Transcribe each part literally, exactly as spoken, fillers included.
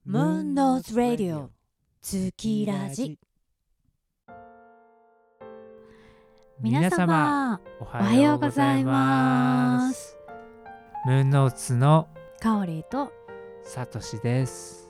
ムーンノーズラディオ月ラジ。皆様おはようございます。 ムーンノーツのかおりとさとしです、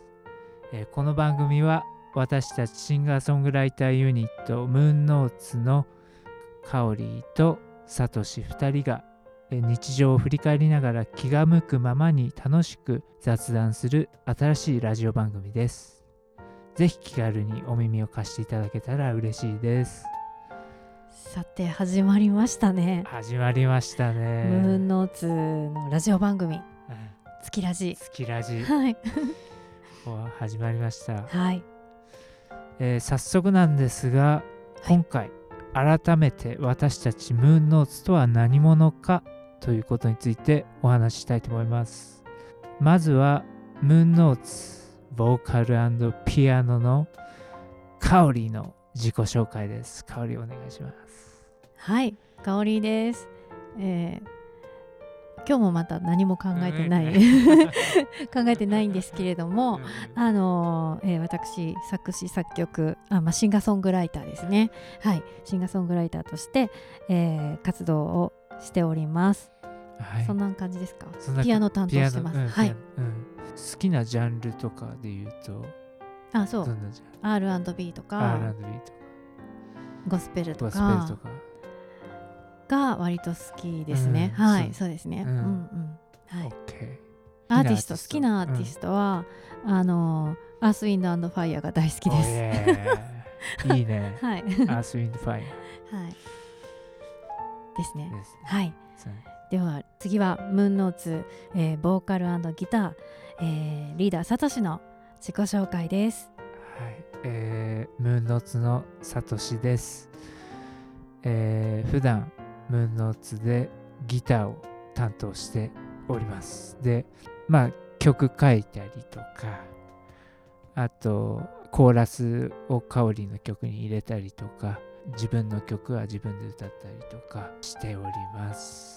えー、この番組は私たちシンガーソングライターユニットムーンノーツのかおりとさとしふたりが、えー、日常を振り返りながら気が向くままに楽しく雑談する新しいラジオ番組です。ぜひ気軽にお耳を貸していただけたら嬉しいです。 さて始まりましたね。 始まりましたね。 ムーンノーツのラジオ番組、うん、月ラジ月ラジはい始まりました。 はい、 えー、早速なんですが、今回改めて私たちムーンノーツとは何者かということについてお話ししたいと思います。まずはムーンノーツボーカル&ピアノのかおりの自己紹介です。かおりお願いします。 はい、かおりです、えー、今日もまた何も考えてない考えてないんですけれども、あのーえー、私作詞作曲あ、まあ、シンガーソングライターですね。はい、シンガーソングライターとして、えー、活動をしております。はい、そんな感じですか。ピアノ担当してます。うん、はい、うん、 好きなジャンルとかで言うと、 あ、そう、アールアンドビー とかアールアンドビー とかゴスペルとか, か, とかが割と好きですね。うん、はい、そうですね。うん、うんうん、はい。アーティスト、好きなアーティストは、うん、あのアースウィンドアンドファイヤーが大好きです。 いいね。はい。アースウィンドファイヤー。 はい。ですね。 ですね。 はい。では次はムーンノーツ、えー、ボーカル&ギター、えー、リーダーさとしの自己紹介です。 はい、えー、ムーンノーツのさとしです。えー、普段ムーンノーツでギターを担当しております。で、まあ曲書いたりとか、あとコーラスをかおりの曲に入れたりとか、自分の曲は自分で歌ったりとかしております。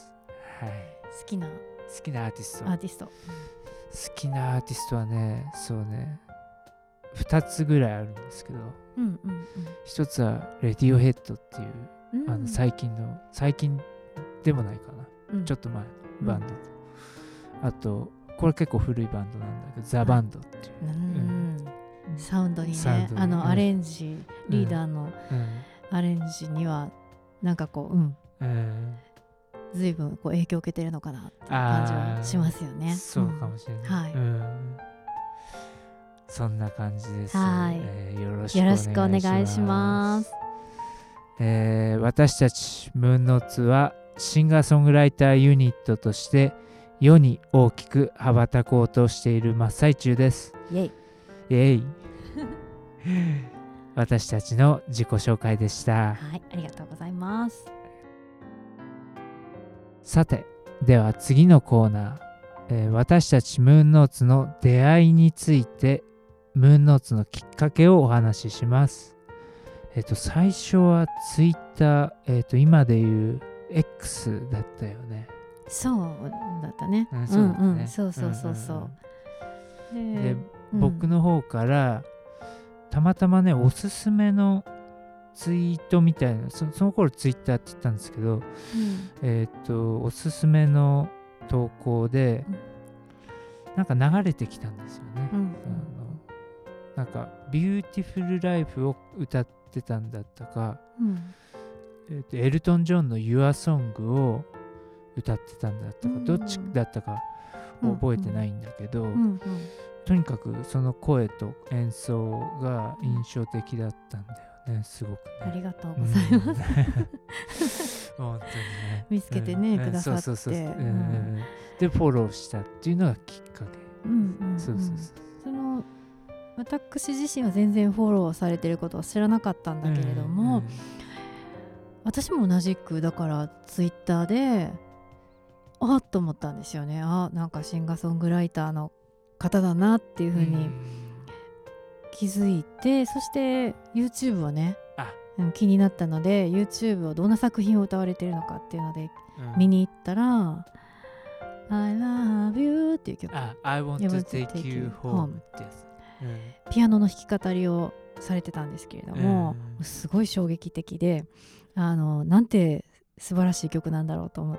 はい、 好きな好きなアーティストアーティスト、うん、 好きなアーティストはね、そうね、ふたつぐらいあるんですけど、 うんうんうん、 ひとつはレディオヘッドっていう、うん、あの最近の最近でもないかな、うん、ちょっと前のバンドと、うん、あとこれ結構古いバンドなんだけど、ザ・バンドっていう、はい、うんうん、サウンドにね、あのアレンジ、うん、リーダーのアレンジにはなんかこう、うんうん、ずいぶんこう影響を受けてるのかなっていう感じはしますよね。 そうかもしれない、うん、はい、うん、そんな感じです。 はい、 えー、よろしくお願いします。えー、私たちムーンノーツはシンガーソングライターユニットとして世に大きく羽ばたこうとしている真っ最中です。 イエイイエイ私たちの自己紹介でした。 はい、ありがとうございます。 さて、では次のコーナー、えー、私たちムーンノーツの出会いについて、ムーンノーツのきっかけをお話しします。えっと最初はツイッター、えっと今でいう X だったよね。 そうだったね。 うん、そうだったね。うんうん、 そうそうそうそう。 で、でうん、僕の方からたまたまね、おすすめのツイートみたいな、 そ, その頃ツイッターって言ったんですけど、うん、えっとおすすめの投稿で、うん、なんか流れてきたんですよね。うんうん、なんかビューティフルライフを歌ってたんだったか、うん、えー、とエルトン・ジョンの Your Song を歌ってたんだったか、うん、どっちだったか覚えてないんだけど、うんうん、とにかくその声と演奏が印象的だったんだよね。すごくね。 ありがとうございます、うん、本当にね、 見つけてね、うん、くださって、 そうそうそう、うん、でフォローしたっていうのがきっかけ、 うんうんうん、そうそうそう。その私自身は全然フォローされてることは知らなかったんだけれども、うんうん、私も同じくだからツイッターであっと思ったんですよね。あ、なんかシンガーソングライターの方だなっていう風に気づいて、うん、そして YouTube をね、うん、気になったので YouTube をどんな作品を歌われてるのかっていうので見に行ったら、うん、I love you っていう曲、 あ、I want to take you home ってやつ、 ピアノの弾き語りをされてたんですけれども、うん、すごい衝撃的で、あのなんて素晴らしい曲なんだろうと思って、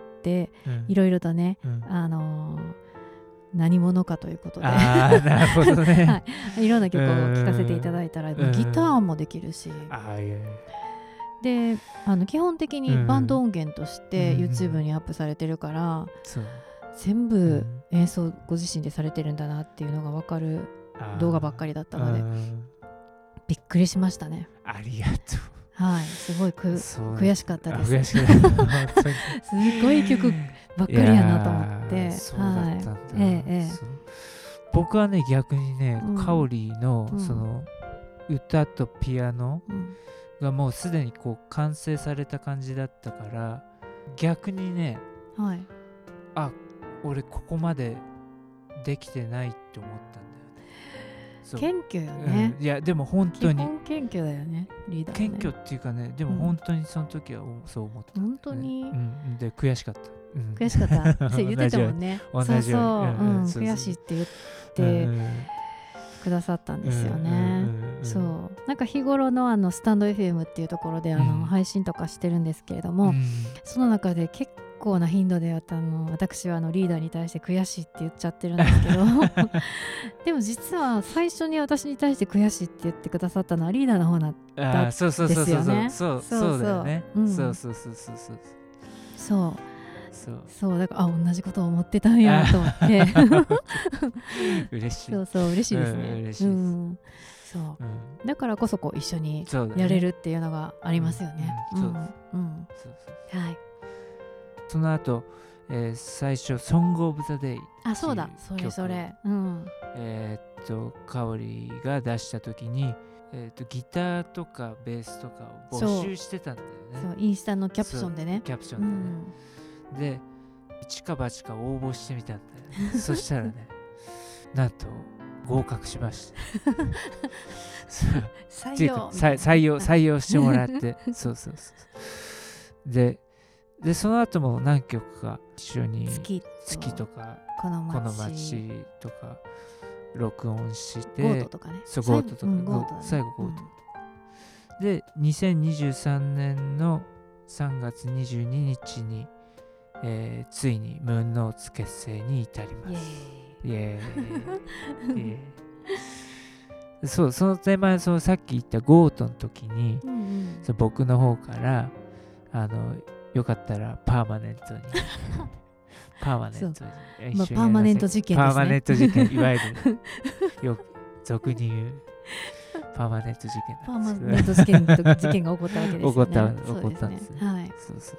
うん、いろいろとね、うん、あの何者かということであなるほどね、 はい、いろんな曲を聴かせていただいたら、うん、ギターもできるし、 あいやいやであの基本的にバンド音源として YouTube にアップされてるから、うん、全部演奏ご自身でされてるんだなっていうのが分かる動画ばっかりだったのでびっくりしましたね。 ありがとう。 はい、すごいく悔しかったです。 悔しかったすごい曲ばっかりやなと思って。 そうだったんだ、はいええ、僕はね逆にね、うん、カオリのその歌とピアノがもうすでにこう完成された感じだったから逆にね、はい、あ俺ここまでできてないって思ったんだよね。 謙虚よね、 うん、いやでも本当に基本謙虚だよねリーダーね。 謙虚っていうかねでも本当にその時はそう思った、ね、 本当に、 うん、で悔しかった、うん、 悔しかったそう言ってたもんねそうそう、うん、悔しいって言ってくださったんですよね。そうなんか日頃のあのスタンド エフエム っていうところであの、うん、配信とかしてるんですけれども、うん、その中で結構な頻度であの私はあのリーダーに対して悔しいって言っちゃってるんですけどでも実は最初に私に対して悔しいって言ってくださったのはリーダーの方なんですよね。 そうそうだよね。そうそうそうそうそうそうそうそうだからあ同じことを思ってたんやと思って嬉しい。 そうそう嬉しいですね。 うん、嬉しいです、うんそう、うん、だからこそこう一緒にやれるっていうのがありますよね。はい。 その後、えー、最初「Song of the Day」 あそうだそれそれ、うん、 えー、っとカオリが出した時に、えー、っとギターとかベースとかを募集してたんだよね。 そうインスタのキャプションでねキャプションでね、うん、で一か八か応募してみたんだよねそしたらねなんと合格しました採用採用採用してもらってそうそうそうででその後も何曲か一緒に月とかこの街とか録音してゴートとかねそうゴートとか、うんゴートね、最後ゴート、うん、でにせんにじゅうさんねんのさんがつにじゅうににちに、えー、ついにムーンノーツ結成に至ります。イエーイイエーイそうその手前そのさっき言ったゴートの時に、うんうん、そ僕の方からあのよかったらパーマネントにパーマネントに、 まあ、パーマネント事件ですね。 パーマネント事件いわゆるよく俗に言うパーマネント事件パーマネント事件事件が起こったわけですよね。 起こった起こったんですね。はい。そうそうそう。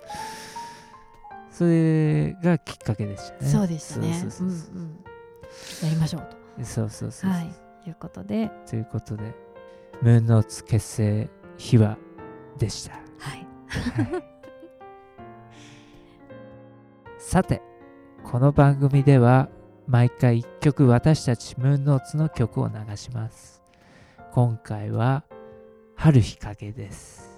それがきっかけでしたね。 そうですね。そうそうそう、うんうん、やりましょうと。 そうそうそう。 はい。ということで。 ということでムーンノーツ結成秘話でした。 はい。 はいさてこの番組では毎回いっきょく私たちムーンノーツの曲を流します。今回は春日陰です。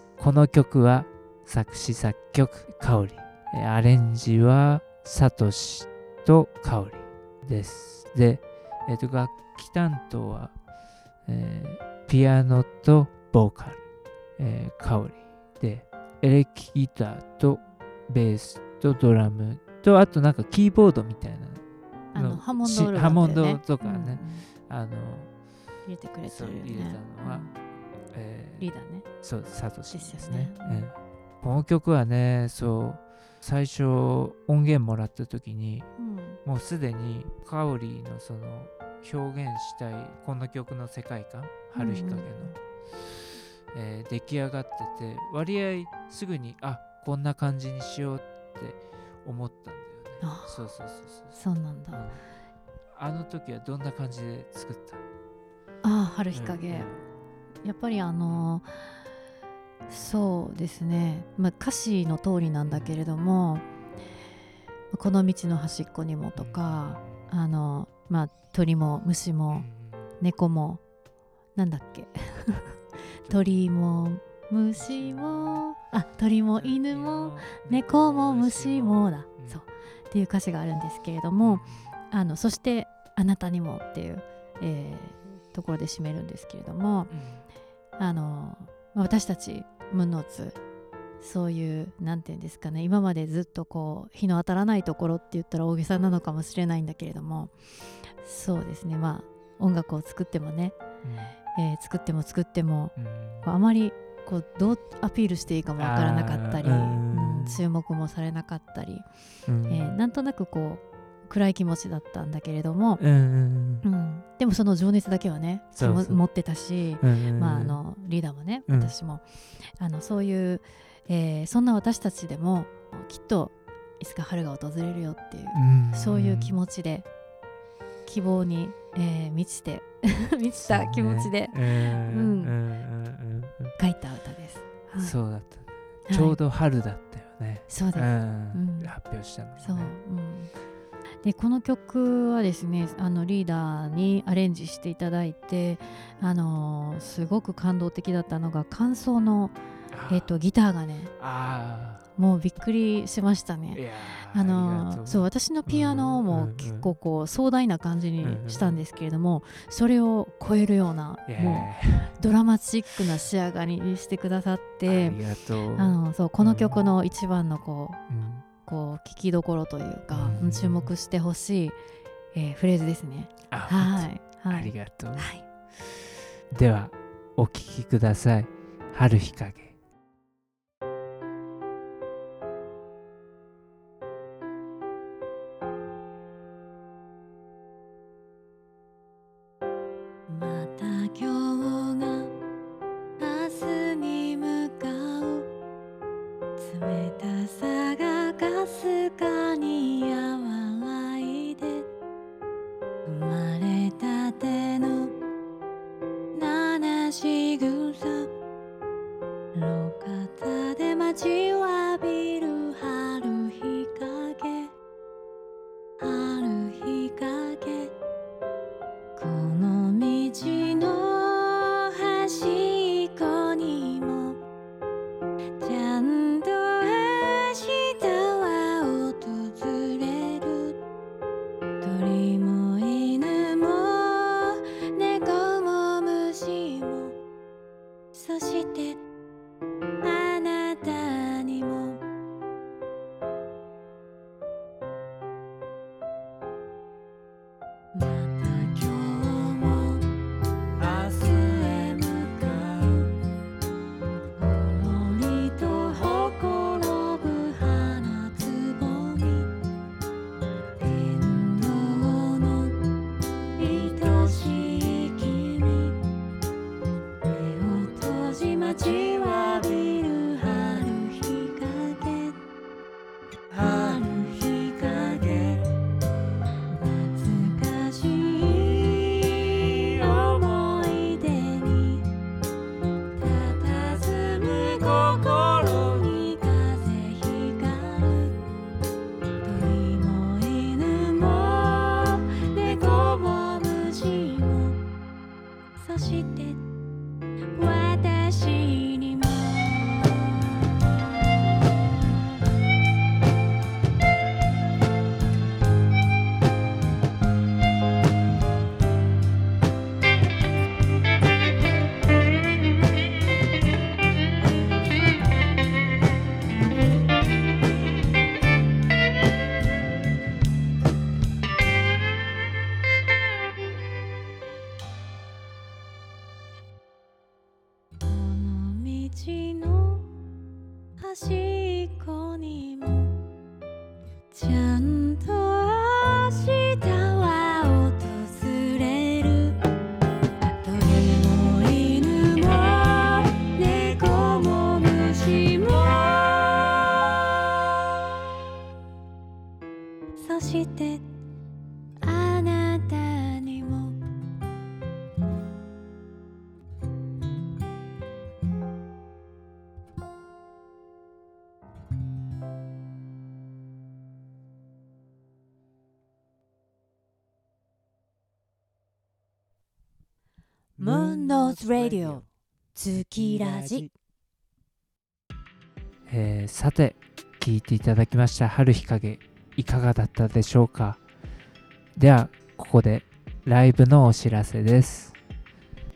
この曲は作詞作曲カオリ、アレンジはサトシとカオリです。で、えー、と楽器担当は、えー、ピアノとボーカル、えー、カオリでエレキギターとベースとドラムとあとなんかキーボードみたいなあのハモンドオルガン、ね、 ハモンドとかね、うんうん、あの入れてくれてるよね。 入れたのは、うんえー、リーダーね。 そうサトシですね。ですよね、うん、この曲はねそう最初音源もらった時に、うん、もうすでにカオリのその表現したいこの曲の世界観春日陰の、うんうんえー、出来上がってて割合すぐにあこんな感じにしようって思ったんだよね。あそうそうそうそうそうなんだ、うん、 あの時はどんな感じで作った？ ああ春日陰、うんうん、やっぱりあのー、そうですね、まあ、歌詞の通りなんだけれども、うん、この道の端っこにもとか、うん、あのまあ鳥も虫も、うん、猫もなんだっけ鳥も虫もあ鳥も犬も猫も虫もだ、うん、そうっていう歌詞があるんですけれども、あのそしてあなたにもっていう、えー、 ところで締めるんですけれども、うん、あの私たちムンノーツそういうなんていうんですかね、今までずっとこう日の当たらないところって言ったら大げさなのかもしれないんだけれども、そうですね、まあ音楽を作ってもね、うんえー、作っても作っても、うん、あまりこうどうアピールしていいかもわからなかったり、うん、注目もされなかったり、うんえー、なんとなくこう暗い気持ちだったんだけれども、うんうん、でもその情熱だけはねそうそう持ってたし、うんまあ、あのリーダーもね、私も、うん、あのそういう、えー、そんな私たちでもきっといつか春が訪れるよっていう、うん、そういう気持ちで希望に、えー、満ちて満ちた気持ちで、ねうんうん、書いた歌です、 はい、そうだったね、はい、ちょうど春だったよね。 そうです、うん、 発表したのね。 そう、うんでこの曲はですね、あのリーダーにアレンジしていただいて、あのー、すごく感動的だったのが間奏の、えー、とギターがね、あもうびっくりしましたね。いやあのー、そう私のピアノも結構こう壮大な感じにしたんですけれども、うんうん、それを超えるようなもうドラマチックな仕上がりにしてくださって、ありがとう。あのそうこの曲の一番のこう、うんこう聞きどころというか、うん、注目してほしい、えー、フレーズですね。はい、 はい、ありがとう、はい、ではお聴きください。春日陰。 また今日が明日に向かう冷たさがかすかに和らいで、生まれたての七しぐさ、路肩で待ちわびる春日陰、春日陰、この道の端っこにもちゃんと明日は訪れる。鳥も犬も猫も虫も、そしてあなたにも。また今日も明日へ向かう、ほろりとほころぶ花つぼみ、天皇の愛しい君、目を閉じ待ちわびる春日陰、春日陰、懐かしい思い出に佇む心に風光る。鳥も犬も猫も虫も、そして私にも。この道の端っこにもちゃんと明日は訪れる。鳥も犬も猫も虫も、そしてあなたにも。ムーンノーズラディオ月ラジ、 えー、さて聞いていただきました春日陰、いかがだったでしょうか。ではここでライブのお知らせです。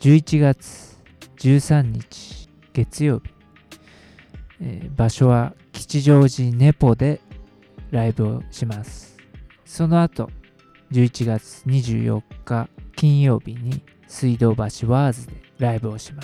じゅういちがつじゅうさんにち月曜日、えー場所は吉祥寺ネポでライブをします。その後じゅういちがつにじゅうよっか金曜日に水道橋ワーズでライブをします。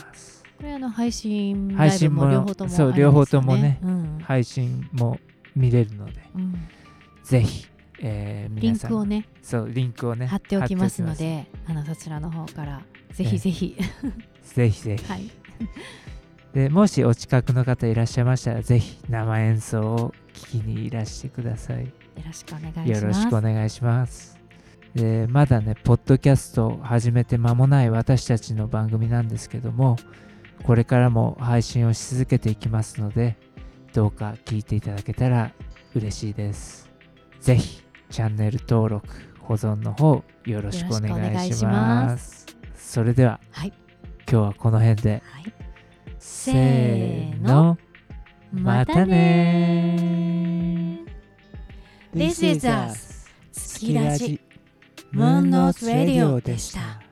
これあの配信ラ配イブ信もも両方ともありますよね。 そう両方ともね、 うん配信も見れるので、 うんぜひ、えーリン皆さんクをねそうリンクをね貼っておきますの貼ってで、あのそちらの方からぜひぜひ、 おきますぜひぜひ、 はいでもしお近くの方いらっしゃいましたら、ぜひ生演奏を聞きにいらしてください。 よろしくお願いします。 よろしくお願いします。でまだねポッドキャストを始めて間もない私たちの番組なんですけども、これからも配信をし続けていきますので、どうか聞いていただけたら嬉しいです。ぜひチャンネル登録保存の方よろしくお願いします。それでは、 はい、 今日はこの辺で、 はい、 せーの、またねー。 This is us スキラジムーンノースラディオでした。